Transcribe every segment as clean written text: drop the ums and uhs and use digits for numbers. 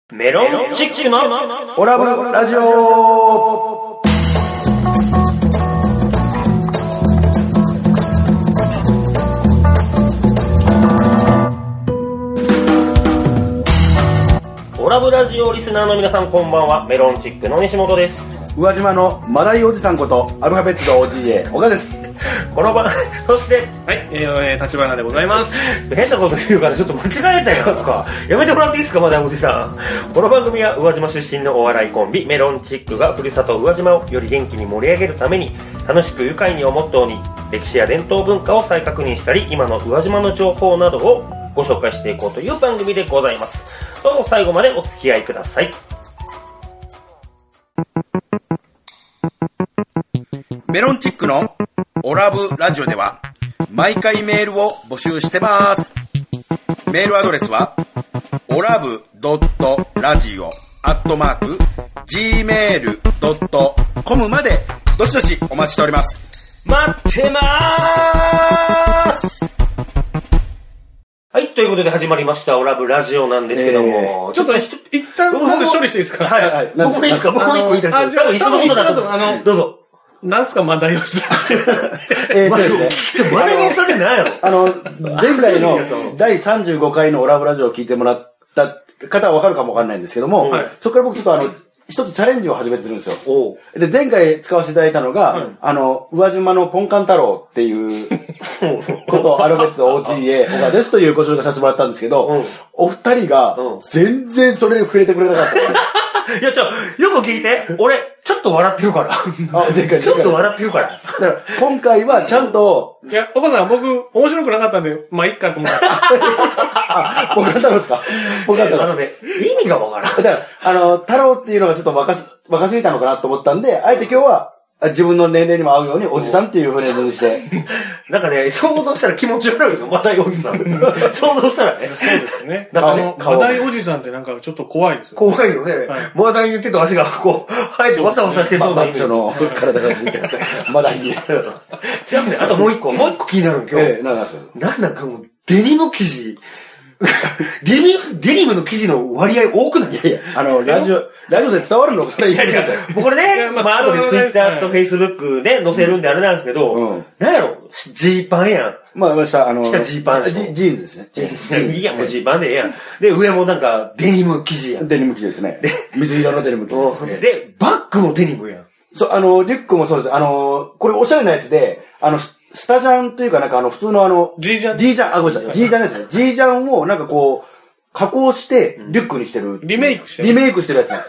メロンチックのオラブラジオ。 オラブラジオリスナーの皆さんこんばんは。メロンチックの西本です。 宇和島のマダイおじさんことアルファベット OGA 岡です。 この番そしてはい、立花でございます。 変なこと言うからちょっと間違えたやんか。やめてもらっていいですか、マダイおじさん。この番組は宇和島出身のお笑いコンビメロンチックがふるさと宇和島をより元気に盛り上げるために楽しく愉快にをモットーに歴史や伝統文化を再確認したり今の宇和島の情報などをご紹介していこうという番組でございます。どうぞ最後までお付き合いください。 メロンチックのオラブラジオでは毎回メールを募集してます。メールアドレスはオラブドットラジオ@gmail.com までどしどしお待ちしております。 待ってまーす。はい、ということで始まりましたオラブラジオなんですけども、 ちょっと一旦まず処理していいですか？ はいはい。僕もいいですか？僕も一個いいですか？ じゃあ、 一緒のことだとどうぞ。 なんすか、マダイオジさん。 前の差でないやろ。 前回の第35回のオラブラジオを聞いてもらった方はわかるかもわかんないんですけども、はい、そこから僕ちょっと一つチャレンジを始めてるんですよ。で、前回使わせていただいたのが、宇和島のポンカン太郎っていうことをアルファベット OGA 岡ですというご紹介させてもらったんですけど、お二人が全然それに触れてくれなかった。 いや、よく聞いて。俺、ちょっと笑ってるから。前回ちょっと笑ってるから。だから今回はちゃんと。 いや、お母さん、僕、面白くなかったんで、まあ、いっかと思って。 ポンカン太郎ですか？ポンカン太郎。 意味がわからん。 だから、太郎っていうのがちょっと若すぎたのかなと思ったんで、あえて今日は、自分の年齢にも合うようにおじさんっていうフレーズにして。 なんかね、想像したら気持ち悪いよ、マダイおじさん。想像したらね。 そうですね。なんかね、マダイおじさんってなんかちょっっと怖いですよ。 怖いよね。マダイに手と足がこう、生えてわさわさしてそうなイメージ。 の体がついてる。マダイに。 違うね。あともう一個気になる今日。なんかもう、デニム生地。デニムの生地の割合多くない？ いやいや、ラジオで伝わるのそれいやいや。 もうこれね、まあ後でツイッターとフェイスブックで載せるんであれなんですけど、なんやろ、ジーパンやん。 まあ、下ジーパン。 ジーンズですね。 いや、もうジーパンでええやん。で、上もなんか、デニム生地やん。 デニム生地ですね。水色のデニム生地ですね。 で、バッグもデニムやん。 そう、リュックもそうです。これおしゃれなやつで、スタジャンというかなんか普通のジージャン、 ごめんなさい。ジージャンですね。ジージャンをなんかこう、加工して、リュックにしてる。 リメイクしてるやつなんです。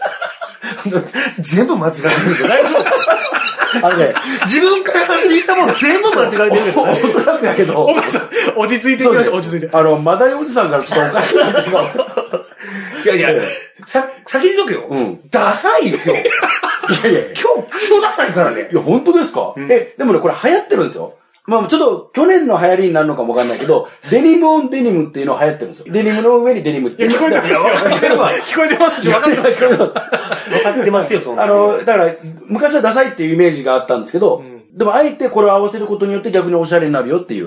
全部間違えてるんですよ。大丈夫？自分から発信したもの全部間違えてるんですよ。 おそらくやけど。 岡さん、落ち着いていきましょう、落ち着いて。 マダイおじさんからちょっとおかしくなってるから。 いや、先に言うとくよ。ダサいよ、今日。 いや、 今日クソダサいからね。 いや、本当ですか？でもね、これ流行ってるんですよ。まあちょっと去年の流行りになるのかもわかんないけど、デニムオンデニムっていうの流行ってるんですよ。デニムの上にデニムって。 聞こえてますよ。聞こえてますし、分かってますよ。 分かってますよ、そんな。 だから、昔はダサいっていうイメージがあったんですけど、でもあえてこれを合わせることによって逆におしゃれになるよっていう。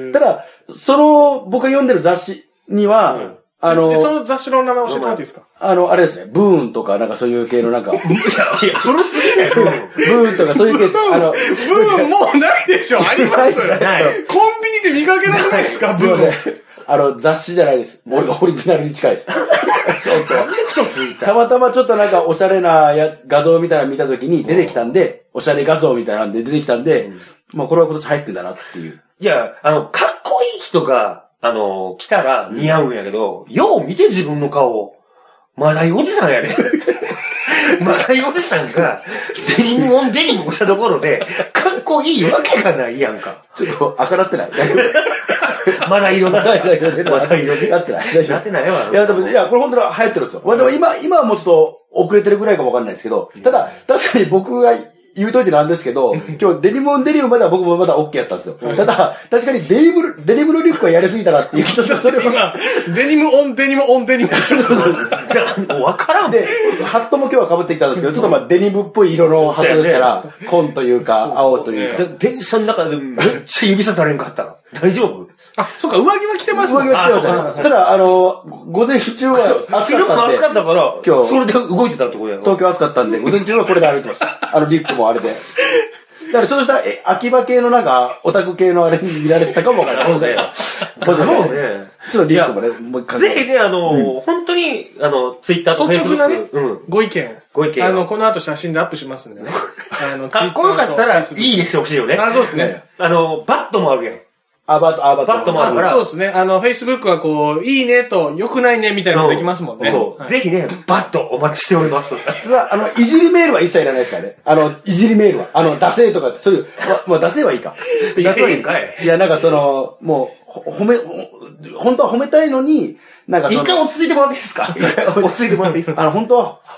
ただ、僕が読んでる雑誌には、 その雑誌の名前教えてもらっていいですか？ あれですね、ブーンとかなんかそういう系のなんか。いや、 古すぎないブーンとかそういう系。 ブーンもうないでしょ？あります？コンビニで見かけなくないですか？ブーン。 雑誌じゃないです。俺がオリジナルに近いです。ちょっと。たまたまちょっとなんかおしゃれな画像みたいなの見たときに出てきたんで、おしゃれ画像みたいなんで出てきたんで、まあこれは今年入ってんだなっていう。 いや、かっこいい人が、来たら似合うんやけど、よう見て自分の顔。マダイおじさんやで。マダイおじさんが、デニムオンデニムをしたところで、かっこいいわけがないやんか。 ちょっと赤なってない。 まだ色だ。 まだ色で。なってない。 なってないわ。 いや、でも、これ本当に流行ってるんですよ。でも今はもうちょっと遅れてるぐらいかもわかんないですけど、ただ、確かに僕が言うといてなんですけど、今日デニムオンデニムまでは僕もまだ OK やったんですよ。ただ、確かにデニムのリュックはやりすぎたなっていう人とそれは。 デニムオンデニムオンデニムでしょ。 もうわからん。 で、ハットも今日は被ってきたんですけど、ちょっとまあデニムっぽい色のハットですから、紺というか、青というか。 電車の中でめっちゃ指さされんかったら大丈夫？ あ、そっか、上着は着てますもんね。 上着は着てますね。ただ、午前中は暑かったんで。 暑かったから、今日、それで動いてたってことやろ。 東京暑かったんで、午前中はこれで歩いてました。リュックもあれで。だからちょっとした秋葉系のなんか、オタク系のあれに見られてたかもわからない。そうね。ちょっとリュックもね、もう一回。 ぜひね、本当に、ツイッターとフェイスブック。 ご意見。 ご意見。 この後写真でアップしますんでね。 かっこよかったら、いいねしてほしいよね。 そうですね。 バットもあるやん。 バットもあるから。 そうですね。Facebook はこう、いいねと、良くないねみたいなのできますもんね。 そう。ぜひね、バットお待ちしております。 ただ、いじりメールは一切いらないですからね。いじりメールは。ダセーとかって、そういう、まあ、ダセーはいいか。 いや、なんかもう、本当は褒めたいのに、なんか一回落ち着いてもらっていいですか？落ち着いてもらっていいですか？ 本当は、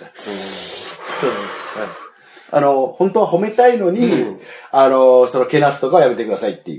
本当は褒めたいのに、けなすとかはやめてくださいっていう。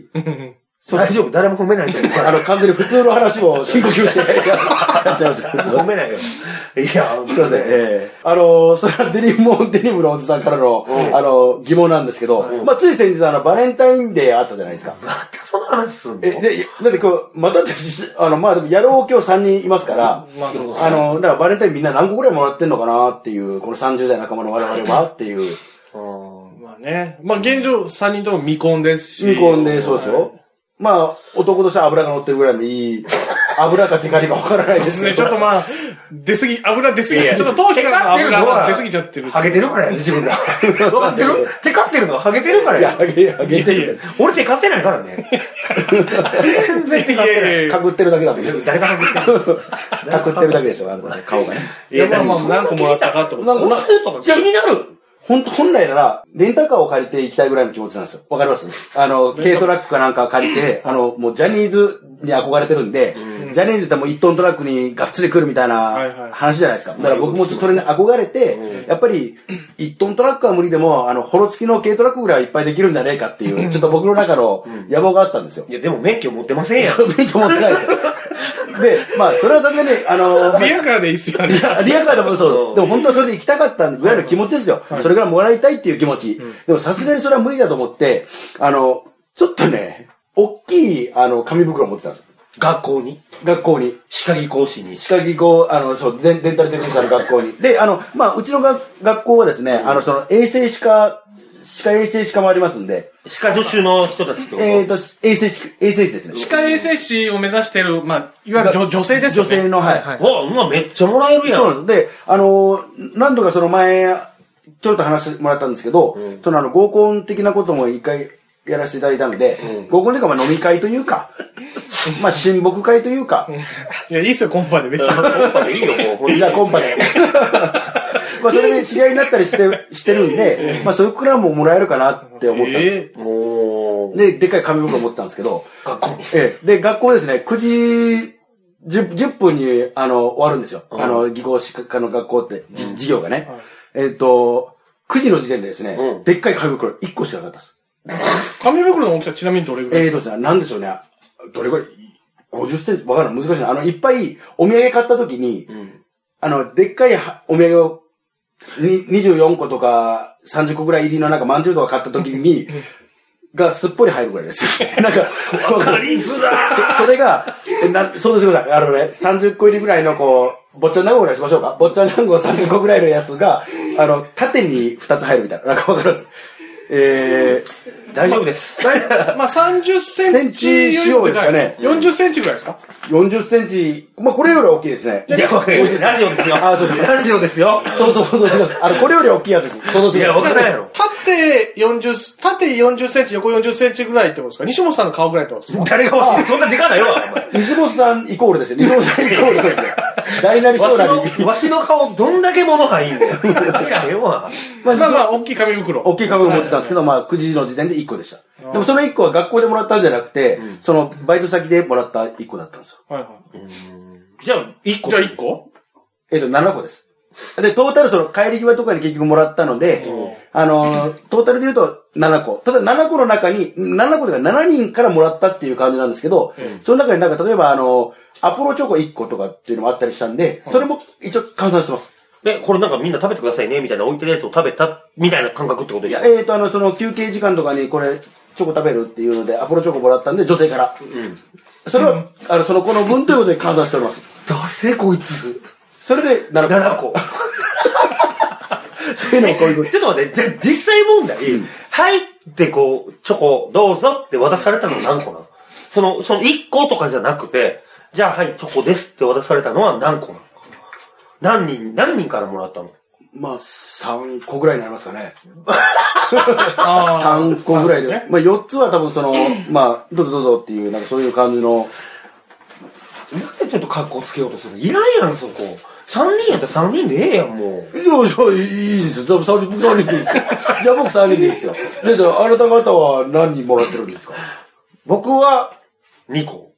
大丈夫、誰も褒めないじゃん。 完全に普通の話を深呼吸してやっちゃいます。 褒めないよ。いや、 すいません。それはデニムのおじさんからの、疑問なんですけど、まあ、つい先日バレンタインデーあったじゃないですか。 またその話すんの？ だって今日、またまあ、でもやろう今日3人いますから、 まあそうだからバレンタインみんな何個ぐらいもらってんのかなっていう、この30代仲間の我々はっていう。 まあね。まあ現状3人とも未婚ですし。 未婚で、そうですよ。まあ、男としては油が乗ってるぐらいのいい、油かテカリか分からないですね。ちょっとまあ、油出すぎ。ちょっと頭皮からの油が出すぎちゃってる。 ハゲてるからやね、自分が。分かってる？テカってるのはハゲてるからや。 いや、ハゲてる。 俺テカってないからね。全然テカってない。 かぐってるだけだもんね。 誰がハゲてる？ かぐってるだけでしょ、顔がね。 いや、まあ何個もらったかってこと。 気になる。 本来なら、レンタカーを借りて行きたいぐらいの気持ちなんですよ。わかります？軽トラックかなんか借りて、もうジャニーズに憧れてるんで、ジャニーズってもう1トントラックにがっつり来るみたいな話じゃないですか。だから僕もちょっとそれに憧れて、やっぱり1トントラックは無理でも、ホロ付きの軽トラックぐらいはいっぱいできるんじゃねえかっていう、ちょっと僕の中の野望があったんですよ。 いや、でも免許持ってませんやん。 免許持ってないですよ。で、まあ、それはさすがに、 リアカーでいいっすよね。 リアカーでもそう。でも本当はそれで行きたかったぐらいの気持ちですよ。それからもらいたいっていう気持ち。でもさすがにそれは無理だと思って、ちょっとね、大きい、紙袋を持ってたんです。 学校に歯科技講師に。 歯科技講、そう、デンタルテクニシャンの学校に。で、まあ、うちの学校はですね、衛生歯科もありますんで。 歯科助手の人たちと。 衛生士ですね。 歯科衛生士を目指してる、まあ、いわゆる女性ですよね。 女性の、はい。 まあ、めっちゃもらえるやん。 そうなんで、何度かその前、ちょっと話してもらったんですけど、合コン的なことも一回やらせていただいたので、合コンというか、まあ飲み会というか、まあ親睦会というか。 いや、いいっすよ、コンパで別に。 コンパでいいよ、もう。 じゃあコンパで。まあそれで知り合いになったりしてるんで、まあそれくらいももらえるかなって思ったんです。で、でっかい紙袋持ってたんですけど、 学校で、学校ですね、9時10分に、終わるんですよ。技工歯科の学校って、授業がね。9時の時点でですね、でっかい紙袋1個しかなかったです。 紙袋の大きさちなみにどれぐらいですか？ なんでしょうね。どれぐらい ?50 センチわからない。難しいな。いっぱいお土産買った時に、でっかいお土産を24個とか30個ぐらい入りのなんか饅頭とか買った時に、がすっぽり入るぐらいです。なんか、 わかりづらーそれが、そうですください。30個入りぐらいのこう、坊ちゃん団子ぐらいしましょうか。坊ちゃん団子30個ぐらいのやつが、縦に2つ入るみたいな。なんかわからず。 大丈夫です。 まあ、30センチ仕様ですかね。 40センチぐらいですか ?40 センチ。まあ、これより大きいですね。 いや、ラジオですよ。ラジオですよ。 そう。これより大きいやつです。 いや、わからないやろ。 縦40センチ、横40センチぐらいってことですか？西本さんの顔ぐらいってことですか？ 誰が欲しい？そんなでかないよ、お前。 西本さんイコールですよ。西本さんイコールですよ。大なり小なり。 わしの顔どんだけ物入んねん。いらへんわ。 まあ、大きい紙袋。 大きい紙袋持ってたんですけど、まあ、9時の時点で1個でした。でもその1個は学校でもらったんじゃなくて、そのバイト先でもらった1個だったんですよ。 はいはい。 じゃあ1個？ じゃあ1個 ？7個です。で、トータルその帰り際とかに結局もらったので、トータルで言うと7個。ただ7個の中に、7個とか7人からもらったっていう感じなんですけど、その中になんか例えばアポロチョコ1個とかっていうのもあったりしたんで、それも一応換算してます。 これなんかみんな食べてくださいね、みたいな置いてるやつを食べた、みたいな感覚ってことですか？ いや、その休憩時間とかにこれ、チョコ食べるっていうので、アポロチョコもらったんで、女性から。それは、その子の分ということで換算しております。 ダセこいつ。 それで、7個。そういうのをこういう。 ちょっと待って、じゃあ実際問題、はいってこう、チョコどうぞって渡されたの何個なの？その1個とかじゃなくて、じゃあはい、チョコですって渡されたのは何個なの？何人からもらったの？ まあ、3個ぐらいになりますかね。3個ぐらいで。まあ、4つは多分まあ、どうぞどうぞっていう、なんかそういう感じの。 なんでちょっと格好つけようとする？いらんやん、そこ。3人やったら3人でええやん、もう。 いいですよ。じゃあ、3人でいいですよ。じゃあ僕3人でいいですよ。じゃあ、あなた方は何人もらってるんですか？ 僕は、2個。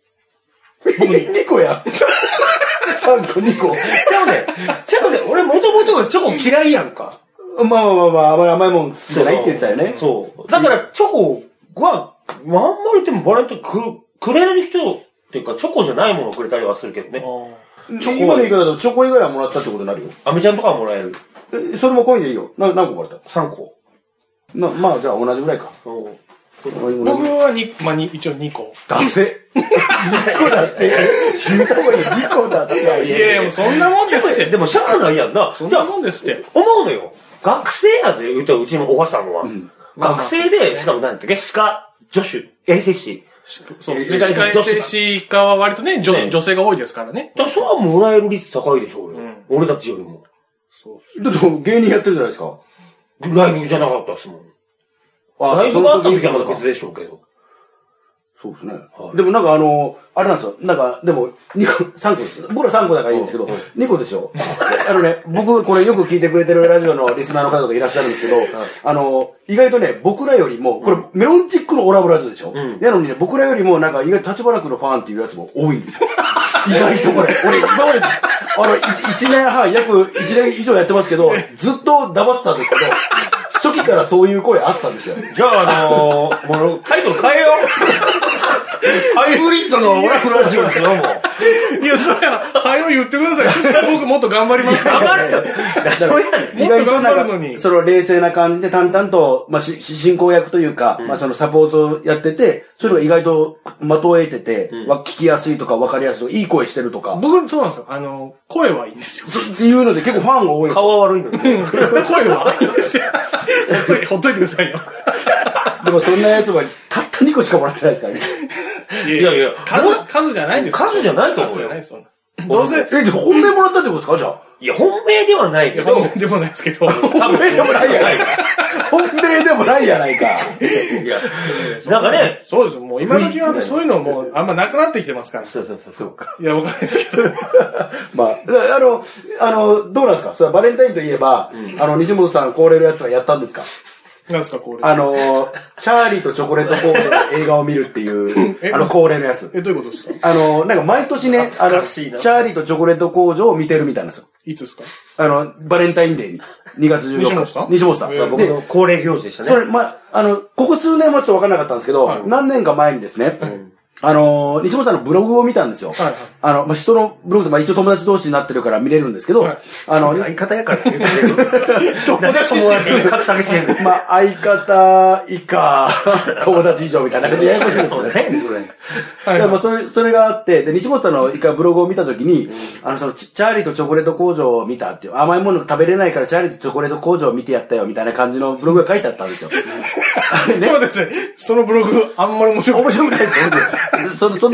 2個や。3個2個。 ちゃうね。俺もともとチョコ嫌いやんか。 まあ、あまり甘いもん好きじゃないって言ったよね。 そう。だから、チョコは、あんまりでもバレンタインくれる人っていうか、チョコじゃないものをくれたりはするけどね。 チョコの言い方だと、チョコ以外はもらったってことになるよ。 アメちゃんとかはもらえる。 それもコインでいいよ。何個もらった？ 3個。 まあ、じゃあ同じぐらいか。 僕は一応2個。 出せ。2個だって。聞いた方がいい。2個だって。 いやいや、そんなもんですって。 でもしゃあないやんな。 そんなもんですって。 思うのよ。学生やで言うたらうちのおばさんは。学生で、しかも何だっけ？歯科助手。衛生士。 そうですね。歯科衛生士科は割とね、女性が多いですからね。 だからそれはもらえる率高いでしょうよ。俺たちよりも。 そうだって芸人やってるじゃないですか。 ライブじゃなかったですもん。ライブがあった時はまだ別でしょうけど。 そうですね。でもなんかあれなんですよ。なんか、でも、3個です。僕ら3個だからいいんですけど、2個ですよ。僕、これよく聞いてくれてるラジオのリスナーの方とかいらっしゃるんですけど、意外とね、僕らよりも、これメロンチックのオラブラジオでしょ。なのにね、僕らよりもなんか意外と立花君のファンっていうやつも多いんですよ。意外とこれ。俺、今まで、1年半、約1年以上やってますけど、ずっと黙ってたんですけど、初期からそういう声あったんですよ。 じゃあもう、タイトル変えよう。ハイブリッドのオラフラジオですよ、もう。 いや、それは、はよ言ってください。そしたら僕もっと頑張りますから。 頑張るよ。 もっと頑張るのに。 冷静な感じで淡々と、まあ、進行役というか、まあ、サポートやってて、それが意外と的を得てて、聞きやすいとか分かりやすいとか、いい声してるとか。 僕、そうなんですよ。声はいいんですよ。 っていうので結構ファンが多い。 顔は悪いのに。声はいいんですよ。ほっといてくださいよ。 でもそんなやつはたった2個しかもらってないですからね。 いや、数じゃないんですよ。 数じゃないと思うよ。 数じゃないですよ。どうせ、 本命もらったってことですかじゃあ。 いや、本命ではないけど。 本命でもないですけど。 本命でもないやないか。本命でもないやないか。 いや、なんかね。 そうです。もう今時はそういうのもうあんまなくなってきてますから。 そうか。 いや、わかんないですけど。 まあ、どうなんですかそれバレンタインといえば、西本さん恒例のやつはやったんですかなんですか、恒例。 チャーリーとチョコレート工場の映画を見るっていう、恒例のやつ。 どういうことですかなんか毎年ね、チャーリーとチョコレート工場を見てるみたいなんですよ。 いつですかバレンタインデーに。2月14日。西本さん。 僕の恒例行事でしたね。 それ、ここ数年はちょっとわかんなかったんですけど、何年か前にですね、西本さんのブログを見たんですよ。人のブログで、一応友達同士になってるから見れるんですけど、 相方やからって言ってる。友達に格下げしてる。 相方以下、友達以上みたいな感じでややこしいんですよね。それがあって、で、西本さんの一回ブログを見たときに、チャーリーとチョコレート工場を見たっていう、甘いもの食べれないからチャーリーとチョコレート工場を見てやったよみたいな感じのブログが書いてあったんですよ。 そうですね。そのブログ、あんまり面白くないです。 そんなこと、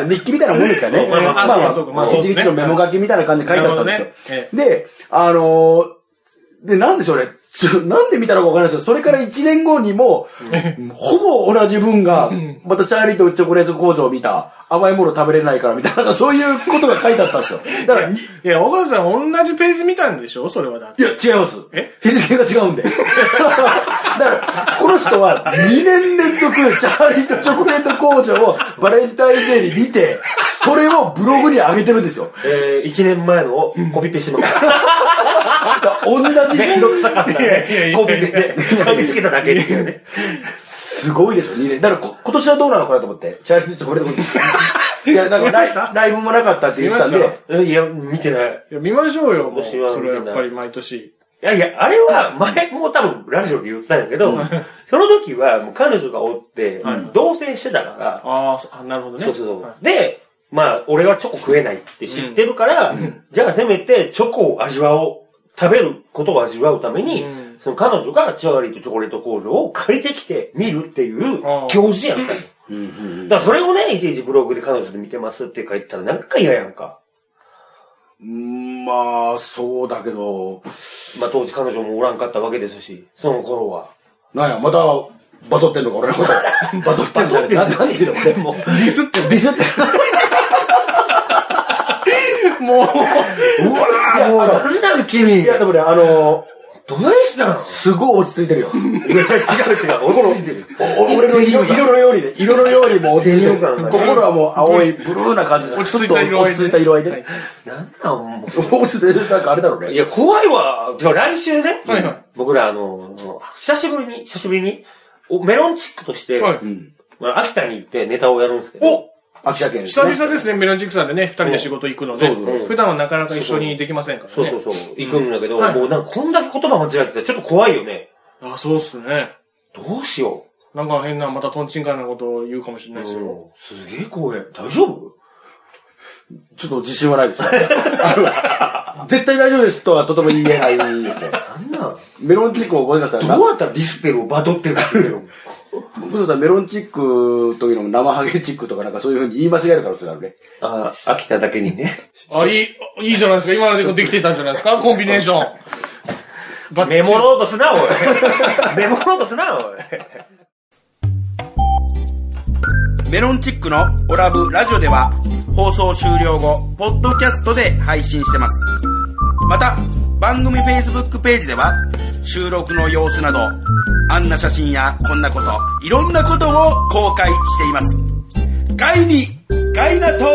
日記みたいなもんですからね。一日のメモ書きみたいな感じで書いてあったんですよ。で、なんでしょうね。なんで見たのかわからないですけど、それから1年後にも、ほぼ同じ文が、またチャーリーとチョコレート工場を見た、甘いもの食べれないからみたいな、そういうことが書いてあったんですよ。だから、 いや、岡田さん同じページ見たんでしょそれはだって。 いや、違います。日付が違うんで。だから、この人は2年連続チャーリーとチョコレート工場をバレンタインデーに見て、それをブログに上げてるんですよ。 1年前のをコピペしてもらった。 同じめんどくさかったね。コピペで、貼り付けただけですよね。 すごいでしょ、2年。だから今年はどうなのかなと思って。チャーリーとチョコレート工場。 いや、なんかライブもなかったって言ってたんで。 いや、見てない。 いや、見ましょうよ、もう。 私はそれはやっぱり毎年。 いやいや、あれは前も多分ラジオで言ったんやけど、その時はもう彼女がおって、同棲してたから。 ああ、なるほどね。 そうそうそう。で、まあ、俺はチョコ食えないって知ってるから、じゃあせめてチョコを食べることを味わうために、その彼女がチャーリーとチョコレート工場を借りてきて見るっていう行事やったの。だからそれをね、いちいちブログで彼女で見てますって書いたらなんか嫌やんか。 まあ、そうだけど。 まあ当時彼女もおらんかったわけですし、その頃は。 なんや、また、バトってんのか、俺のこと。バトってんのか。なんていうの俺もう。ディスって。もう。うわぁ、もう、なんなの君。いや、でもね、 どないしたの？ すごい落ち着いてるよ。いや、違う。 落ち着いてる。 俺の色のようにね。色のようにもう落ち着いてる。心はもう青い、ブルーな感じで。 落ち着いた色合いで。 なんなんもう。落ち着いてる。なんかあれだろうね。 いや、怖いわ。来週ね。僕ら久しぶりに、メロンチックとして、秋田に行ってネタをやるんですけど。 秋田県久々ですね、メロンチックさんでね、二人で仕事行くので、普段はなかなか一緒にできませんからね。 そう。行くんだけど、もうなんかこんだけ言葉間違えてたらちょっと怖いよね。 あ、そうっすね。 どうしよう。なんか変な、またトンチンカンなことを言うかもしれないですよ。 すげえ怖い。大丈夫？ ちょっと自信はないです。絶対大丈夫ですとはとても言えないですね。 なんなんメロンチックを覚えてください。 どうやったらディスってるをバトってるかっていうの。 僕さん、メロンチックというのも生ハゲチックとかなんかそういう風に言い間違える可能性があるね。 秋田だけにね。 いいじゃないですか。今のでできてたんじゃないですか、コンビネーション。 メモろうとすな、おい。メモろうとすな、おい。 メロンチックのオラブラジオでは放送終了後、ポッドキャストで配信してます。また、番組 Facebook ページでは収録の様子など、あんな写真やこんなこと、いろんなことを公開しています。ガイに、ガイナトー。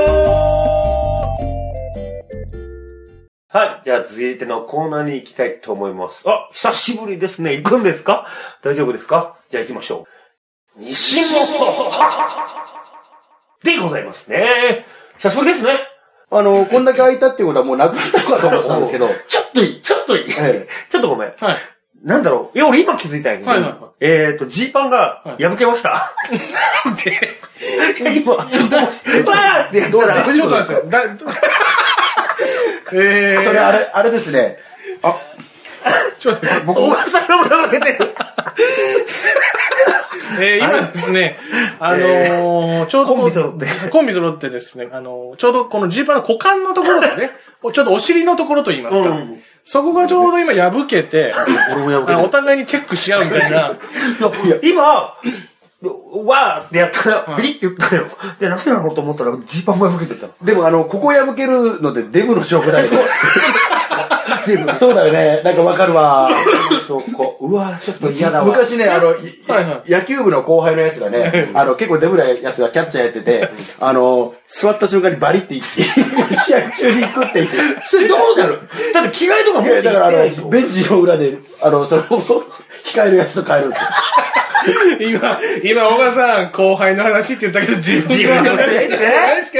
はい。じゃあ続いてのコーナーに行きたいと思います。久しぶりですね。行くんですか？大丈夫ですか？じゃあ行きましょう。西本でございますね。久しぶりですね。 こんだけ空いたっていうことはもうなくなったのかと思ってたんですけど。 ちょっといい。ちょっとごめん。はい。なんだろう。いや、俺今気づいたんやけど。ジーパンが破けました。で、今、わーってやったら、 ちょっとですよ。 それあれですね。 ちょっと僕、小笠原も破けてる。 今ですね、ちょうどコンビ揃ってですね、ちょうどこのジーパンの股間のところですね、ちょっとお尻のところと言いますか、そこがちょうど今破けて、お互いにチェックし合うみたいな。 今、わーってやったら、ビリって言ったよ。で、何やろうと思ったら、ジーパンが破けてた。 でもここ破けるのってデブの証拠だよ。そうだよね。なんかわかるわ。 うわちょっと嫌だわ。 昔ね、野球部の後輩のやつがね、結構デブなやつがキャッチャーやってて、座った瞬間にバリっていって、試合中に行くって言って。 それどうなる？だって着替えとかもだからベンチの裏で、その、控えるやつと変えるんですよ。 今、小川さん、後輩の話って言ったけど、自分の話じゃないですか？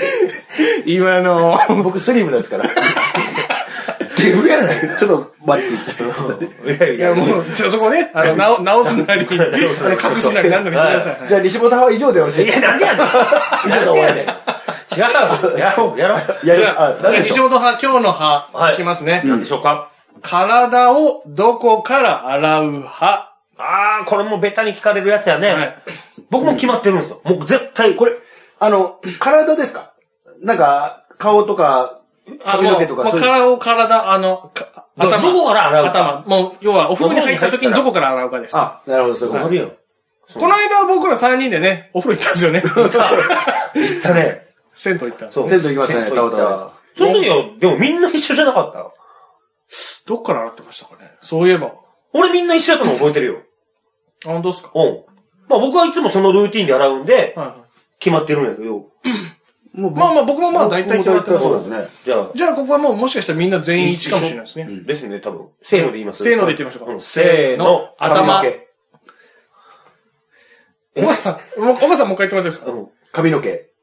今僕スリムですから。 デブやないちょっとバリって言った。 いや、もう、そこね、直すなり、隠すなり何なりしてください。 じゃあ、西本派は以上でよろしい？ いや、なんでやねん。なんでやねん。違う。やろう。 じゃあ、西本派、今日の派、いきますね。 何でしょうか？ 体をどこから洗う派。 これもベタに聞かれるやつやね。僕も決まってるんですよ。もう絶対。 これ、体ですか？なんか、顔とか、髪の毛とかそういう。 体、頭。 どこから洗うか。 頭。もう、要は、お風呂に入った時にどこから洗うかです。 なるほど、そういうこと。 この間僕ら3人でね、お風呂行ったんですよね。 行ったね。 銭湯行った。 そう。銭湯行きましたね、たまたま。 その時は、でもみんな一緒じゃなかった？ どっから洗ってましたかね？そういえば。 俺みんな一緒やったの覚えてるよ。 本当ですか？ まあ僕はいつもそのルーティンで洗うんで、決まってるんやけど。 まあ僕も大体決まってます。 そうですね。 じゃあここはもうもしかしたらみんな全員一致かもしれないですね。 ですね、多分。せーので言います。 せーので言ってみましょうか。 せーの、 頭。おばさんもう一回言ってもらっていいですか？ 髪の毛。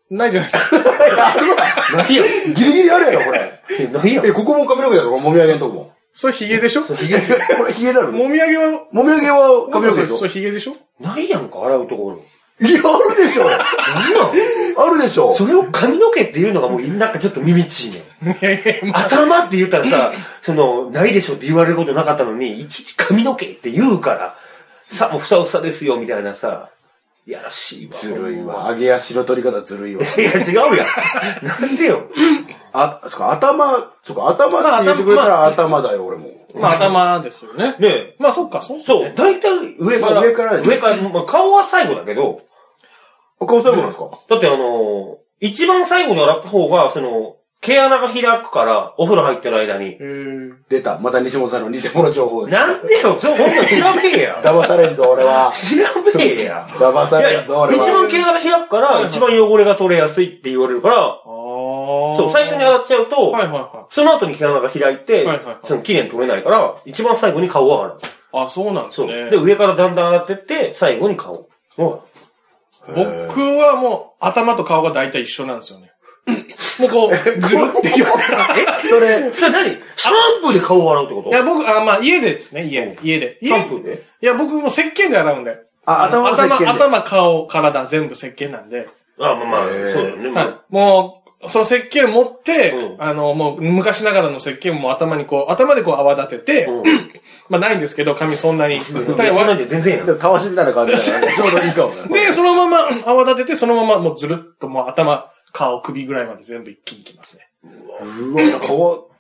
ないじゃないですか。 ないよ。ギリギリあるやろ、これ。 ないよ。 ここも髪の毛だろ、もみあげのとこも。 それヒゲでしょ？ これヒゲなの？ もみあげは髪の毛でしょ？ それヒゲでしょ？ ないやんか、洗うところ。 いや、あるでしょ。 なんなんあるでしょ。 それを髪の毛っていうのがもうなんかちょっと耳ちいね。頭って言ったらさ、ないでしょって言われることなかったのに、いちいち髪の毛って言うから、さ、もうふさふさですよ、みたいなさ、やらしいわ。 ずるいわ。揚げ足の取り方ずるいわ。 いや、違うやん。なんでよ。 頭って言ってくれたら頭だよ、俺も。 まあ頭ですよね。 ねえ。 まあそっか、そう。 大体上から、まあ顔は最後だけど。 顔最後なんですか？ だって一番最後に洗った方が、毛穴が開くから、お風呂入ってる間に。 出た。また西本さんの偽物情報。 なんでよ、ほんと調べえや。 騙されんぞ、俺は。 調べえや。 騙されんぞ、俺は。 一番毛穴が開くから、一番汚れが取れやすいって言われるから、そう、最初に洗っちゃうと、その後に毛穴が開いて、綺麗に取れないから、一番最後に顔を洗う。 あ、そうなんですね。 で、上からだんだん洗ってって、最後に顔。 僕はもう、頭と顔が大体一緒なんですよね。もうこう、ずるって言われたら。 それ何シャンプーで顔を洗うってこと？ いや、僕、まあ、家でですね、家で。 シャンプーで？ いや、僕も石鹸で洗うんで。 頭、 顔、体全部石鹸なんで。 まあ、そうだよね。 もう、その石鹸持って、もう、昔ながらの石鹸も頭でこう泡立てて、まあ、ないんですけど、髪そんなに。 そんなに全然やん。 たわしみたいな感じだから、ちょうどいいかも。 で、そのまま泡立てて、そのままもうずるっともう頭、顔、首ぐらいまで全部一気にきますね。 うわ、変わった。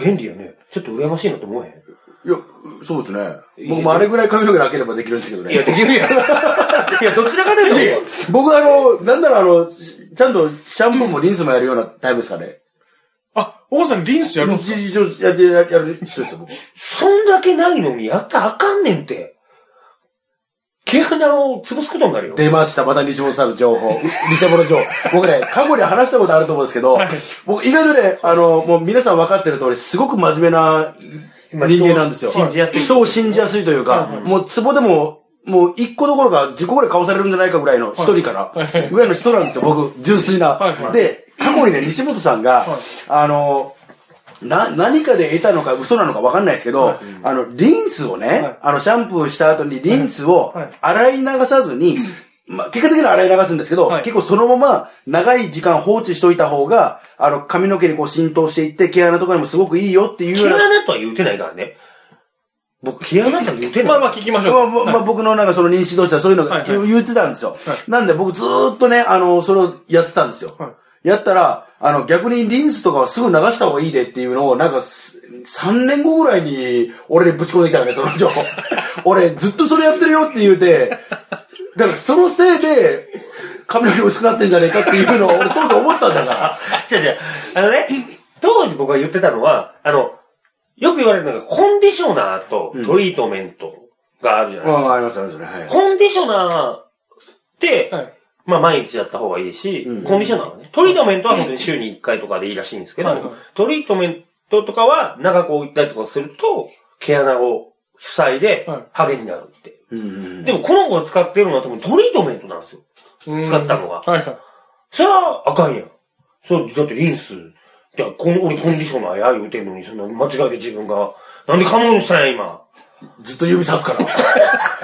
便利やね。ちょっと羨ましいなと思えへん。 いや、そうですね。僕もあれぐらい髪の毛なければできるんですけどね。 いや、できるやん。いや、どちらかというと。 僕なんならちゃんとシャンプーもリンスもやるようなタイプですかね。 あ、王さんリンスやるんですか？ やる人ですよ、僕。 そんだけないのにやったらあかんねんて。毛穴を潰すことになるよ。 出ました、また西本さんの情報。偽物情報。僕ね、過去に話したことあると思うんですけど、僕意外とね、もう皆さん分かってる通り、すごく真面目な人間なんですよ。人を信じやすいというか、もうツボでも一個どころか10個ぐらい買わされるんじゃないかぐらいの一人から、ぐらいの人なんですよ、僕、純粋な。で、過去にね、西本さんが、何かで得たのか嘘なのか分かんないですけど、リンスをね、シャンプーした後にリンスを洗い流さずに、結果的には洗い流すんですけど、結構そのまま長い時間放置しといた方が、髪の毛にこう浸透していって、毛穴とかにもすごくいいよっていうような。 毛穴とは言うてないからね。僕、毛穴とは言うてない。 まあ聞きましょう。 僕のなんかその認識としてはそういうのが言ってたんですよ。なんで僕ずーっとね、それをやってたんですよ。やったら、逆にリンスとかはすぐ流した方がいいでっていうのを、なんか、3年後ぐらいに、俺にぶち込んできたよね、その情報。俺、ずっとそれやってるよって言うて、だからそのせいで、髪の毛薄くなってんじゃねえかっていうのを俺当時思ったんだから。 当時僕が言ってたのは、よく言われるのが、コンディショナーとトリートメントがあるじゃないですか。 ありますね。はい。 コンディショナーって、まあ毎日やった方がいいし、コンディショナーはね。トリートメントは本当に週に1回とかでいいらしいんですけど、トリートメントとかは長く置いたりとかすると、毛穴を塞いで、ハゲになるって。でもこの子が使ってるのは多分トリートメントなんですよ。使ったのが。それはあかんやん。だってリンス、俺コンディショナーや言うてんのに、そんな間違えて自分が、なんでカモンしたんや今。 ずっと指さすから。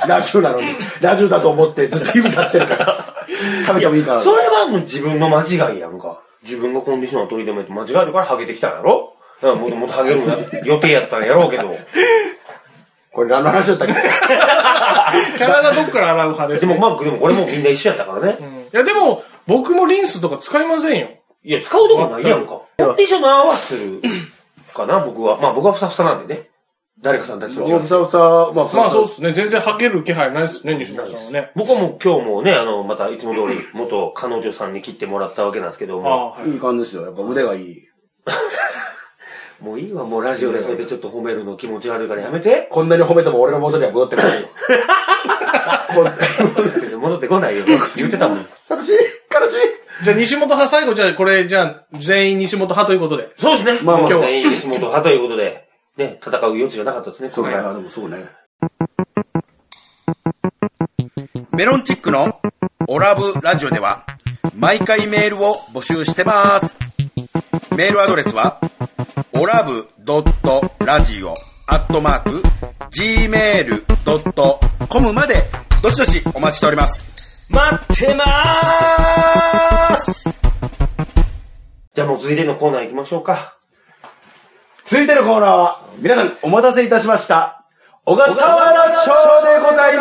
ラジオなのに。ラジオだと思ってずっと指さしてるから。食べてもいいから。 それはもう自分の間違いやんか。自分のコンディショナー取り留めて間違えるからハゲてきたんやろ？だからもともとハゲる予定やったんやろうけど。 これ何の話だったっけ？ 体どっから洗う派です。 でもこれもみんな一緒やったからね。 いやでも、僕もリンスとか使いませんよ。 いや、使うとこないやんか。コンディショナーはするかな、僕は。まあ僕はふさふさなんでね。誰かさんたちと違う。 ふさふさ、 まあそうっすね。全然ハゲる気配ないっすね、西本さんはね。 僕はもう今日もね、またいつも通り元彼女さんに切ってもらったわけなんですけども。 いい感じですよ。やっぱ腕がいい。 もういいわ、もうラジオでそれでちょっと褒めるの気持ち悪いからやめて。 こんなに褒めても俺の元には戻ってこないよ。 戻ってこないよ。言ってたもん。 寂しい、悲しい。 じゃあ西本派最後、じゃあ全員西本派ということで。 そうですね。まあ今日全員西本派ということで、ね、戦う余地がなかったですね。 そうね。でもそうね。メロンチックのオラブラジオでは、 毎回メールを募集してます。メールアドレスはolav.radio@gmail.com までどしどしお待ちしております。 待ってまーす。じゃあもう続いてのコーナー行きましょうか。 続いてのコーナーは皆さんお待たせいたしました、小笠原賞でございます。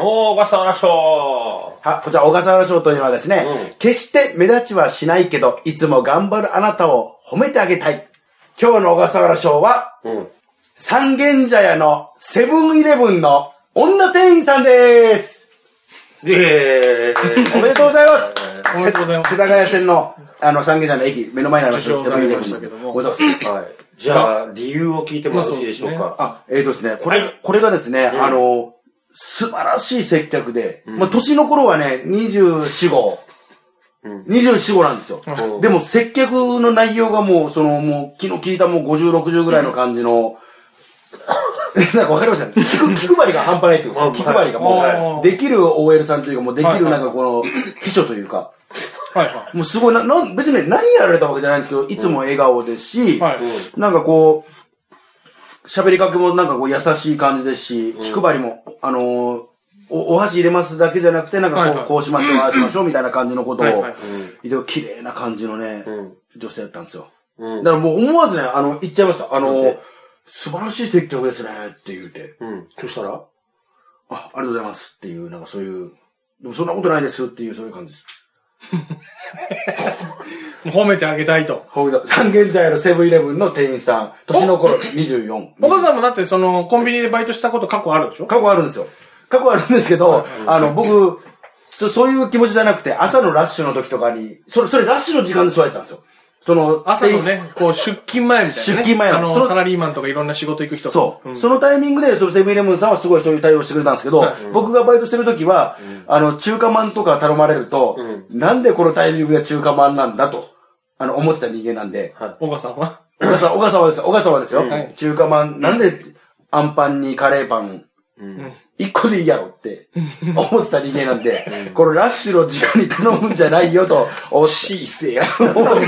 小笠原賞。 こちら小笠原賞というのはですね、決して目立ちはしないけどいつも頑張るあなたを褒めてあげたい。今日の小笠原賞は、三軒茶屋のセブンイレブンの女店員さんです。おめでとうございます。 おめでとうございます。 世田谷線の三軒茶屋の駅目の前にありましたセブンイレブン。 はい。じゃあ理由を聞いてもよろしいでしょうか。 ですね、これがですね、素晴らしい接客で、年の頃はね、24、5なんですよ。でも接客の内容がもう、昨日聞いたもう50、60ぐらいの感じの、なんかわかりましたね。気配りが半端ないっていうか、気配りがもう、できる OL さんというか、もうできるなんかこの、秘書というか、もうすごい別に何やられたわけじゃないんですけど、いつも笑顔ですし、なんかこう、喋りかけもなんかこう優しい感じですし、気配りも、お箸入れますだけじゃなくて、なんかこうしましょう、ああしましょうみたいな感じのことを、綺麗な感じのね、女性だったんですよ。だからもう思わずね、言っちゃいました。素晴らしい接客ですね、って言って。 そしたらありがとうございますっていう、なんかそういう、でもそんなことないですっていう、そういう感じです。 褒めてあげたいと。 三軒茶屋のセブンイレブンの店員さん、年の頃24。 お母さんもだってコンビニでバイトしたこと過去あるでしょ？ 過去あるんですよ。過去あるんですけど、僕、そういう気持ちじゃなくて、朝のラッシュの時とかに、それラッシュの時間で座れたんですよ。 朝のね、こう出勤前みたいなね。 出勤前の。 サラリーマンとかいろんな仕事行く人。 そう。そのタイミングで、セブンイレブンさんはすごいそういう対応してくれたんですけど、僕がバイトしてる時は、中華まんとか頼まれると、なんでこのタイミングで中華まんなんだと、思ってた人間なんで。 小笠さんは小笠はですよ。中華まん、なんで、あんパンにカレーパン、一個でいいやろって思ってた人間なんで、このラッシュの時間に頼むんじゃないよと思った人間なんで、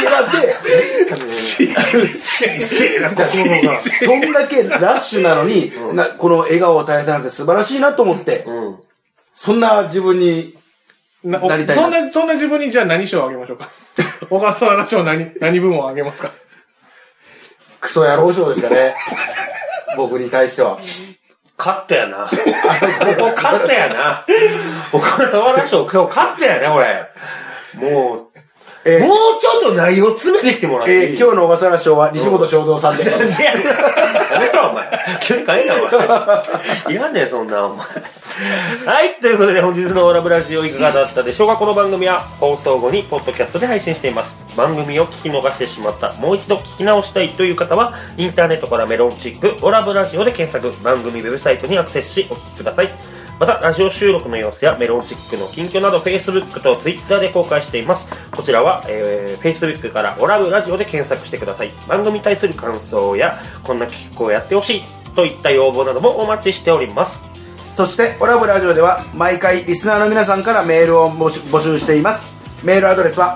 そんだけラッシュなのに、この笑顔を絶やさなくて素晴らしいなと思って、そんな自分になりたいな。 そんな自分にじゃあ何賞をあげましょうか。小笠原賞何部門をあげますか。 クソ野郎賞ですかね。僕に対しては。 カットやな。ここカットやな。小笠原賞今日カットやね、俺。もうちょっと内容詰めてきてもらっていい？ 今日の小笠原賞は西本正蔵さんで。 やめろ、お前。急に変えんな、お前。いらんねん、そんな、お前。はい、ということで本日のラブラジオいかがだったでしょうか。この番組は放送後にポッドキャストで配信しています。番組を聞き逃してしまった、もう一度聞き直したいという方は、インターネットからメロンチック、オラブラジオで検索、番組ウェブサイトにアクセスしお聞きください。また、ラジオ収録の様子やメロンチックの近況など Facebook と Twitter で公開しています。こちらは、Facebook からオラブラジオで検索してください。番組に対する感想や、こんな企画をやってほしいといった要望などもお待ちしております。 そして、オラブラジオでは毎回リスナーの皆さんからメールを募集しています。メールアドレスは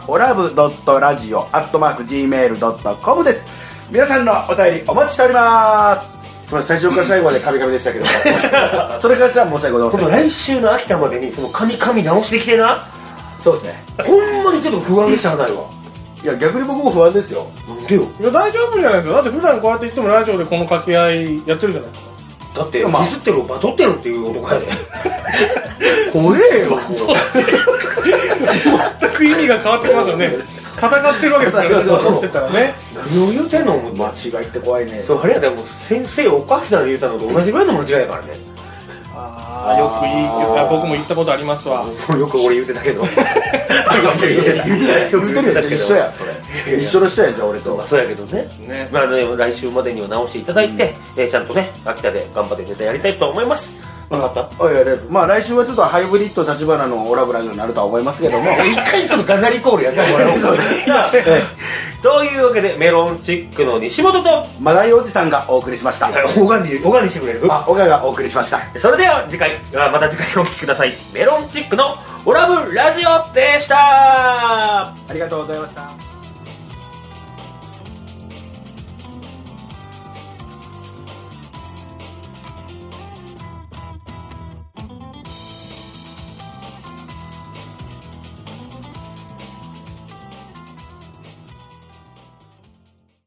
olav.radio@gmail.com です。皆さんのお便りお待ちしております。最初から最後までカミカミでしたけどそれからしたら申し訳ございません。 来週の秋田までにそのカミカミ直してきてな。 そうですね。 ほんまにちょっと不安でしゃあないわ。 いや逆に僕も不安ですよ。 なんでよ。 いや大丈夫じゃないですか。だって普段こうやっていつもラジオでこの掛け合いやってるじゃないですか。 だってディスってるをバトってるっていう男やで怖えよ全く意味が変わってきますよね。戦ってるわけですからね。バトってたらね。 何を言うてんの。 間違いって怖いね。 そうあれやでも先生お母さんで言うたのと同じぐらいの間違いやからね。 よく僕も言ったことありますわ。 よく俺言うてたけど言うてたけど一緒やそれ一緒の人やんじゃあ俺と。 そうやけどね。まあ来週までには直していただいてちゃんとね秋田で頑張ってネタやりたいと思います。 分かった？ まあ来週はちょっとハイブリッド立花のオラブラジオになるとは思いますけども一回そのガザリコールやったらというわけでメロンチックの西本とマダイおじさんがお送りしました。 オガにしてくれる？ オガがお送りしました。 それではまた次回お聞きください。メロンチックのオラブラジオでした。 ありがとうございました。